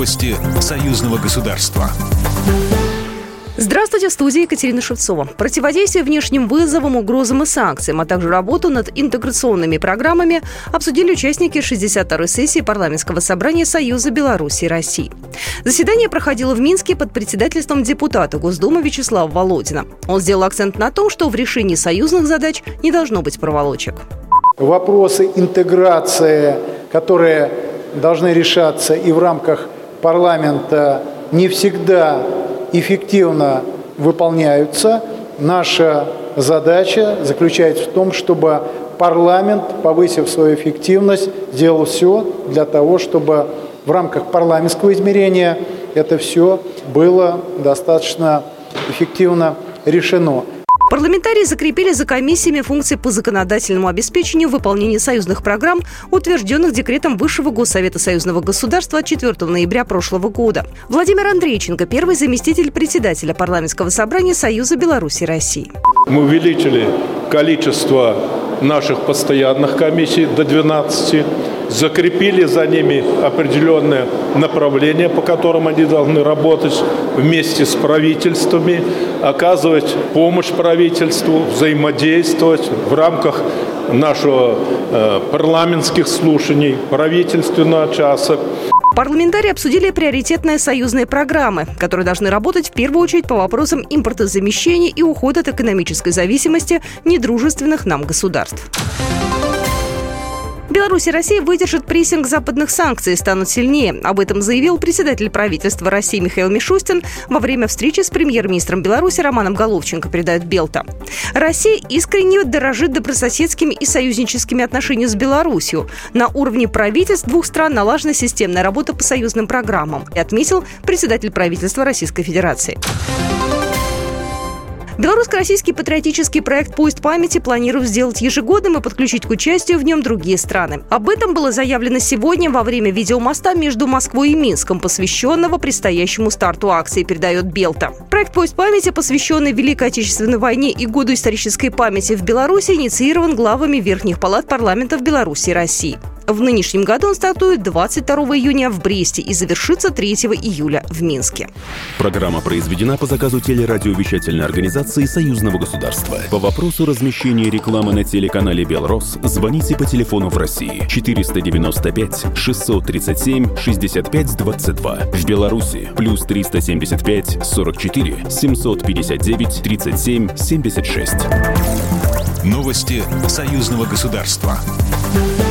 Новости союзного государства. Здравствуйте, в студии Екатерина Шевцова. Противодействие внешним вызовам, угрозам и санкциям, а также работу над интеграционными программами обсудили участники 62-й сессии Парламентского собрания Союза Беларуси и России. Заседание проходило в Минске под председательством депутата Госдумы Вячеслава Володина. Он сделал акцент на том, что в решении союзных задач не должно быть проволочек. Вопросы интеграции, которые должны решаться и в рамках парламента, не всегда эффективно выполняются. Наша задача заключается в том, чтобы парламент, повысив свою эффективность, сделал все для того, чтобы в рамках парламентского измерения это все было достаточно эффективно решено. Парламентарии закрепили за комиссиями функции по законодательному обеспечению выполнения союзных программ, утвержденных декретом Высшего Госсовета Союзного государства от 4 ноября прошлого года. Владимир Андрейченко, первый заместитель председателя Парламентского собрания Союза Беларуси и России. Мы увеличили количество наших постоянных комиссий до 12, закрепили за ними определенные направления, по которым они должны работать вместе с правительствами, оказывать помощь правительству, взаимодействовать в рамках нашего парламентских слушаний, правительственного часа. Парламентарии обсудили приоритетные союзные программы, которые должны работать в первую очередь по вопросам импортозамещения и ухода от экономической зависимости недружественных нам государств. Беларусь и Россия выдержат прессинг западных санкций и станут сильнее. Об этом заявил председатель правительства России Михаил Мишустин во время встречи с премьер-министром Беларуси Романом Головченко, передает Белта. Россия искренне дорожит добрососедскими и союзническими отношениями с Беларусью. На уровне правительств двух стран налажена системная работа по союзным программам, отметил председатель правительства Российской Федерации. Белорусско-российский патриотический проект «Поезд памяти» планируют сделать ежегодным и подключить к участию в нем другие страны. Об этом было заявлено сегодня во время видеомоста между Москвой и Минском, посвященного предстоящему старту акции, передает Белта. Проект «Поезд памяти», посвященный Великой Отечественной войне и Году исторической памяти в Беларуси, инициирован главами верхних палат парламентов Беларуси и России. В нынешнем году он стартует 22 июня в Бресте и завершится 3 июля в Минске. Программа произведена по заказу телерадиовещательной организации Союзного государства. По вопросу размещения рекламы на телеканале «Белрос» звоните по телефону в России 495 637 65 22. В Беларуси плюс 375 44 759 37 76. Новости союзного государства.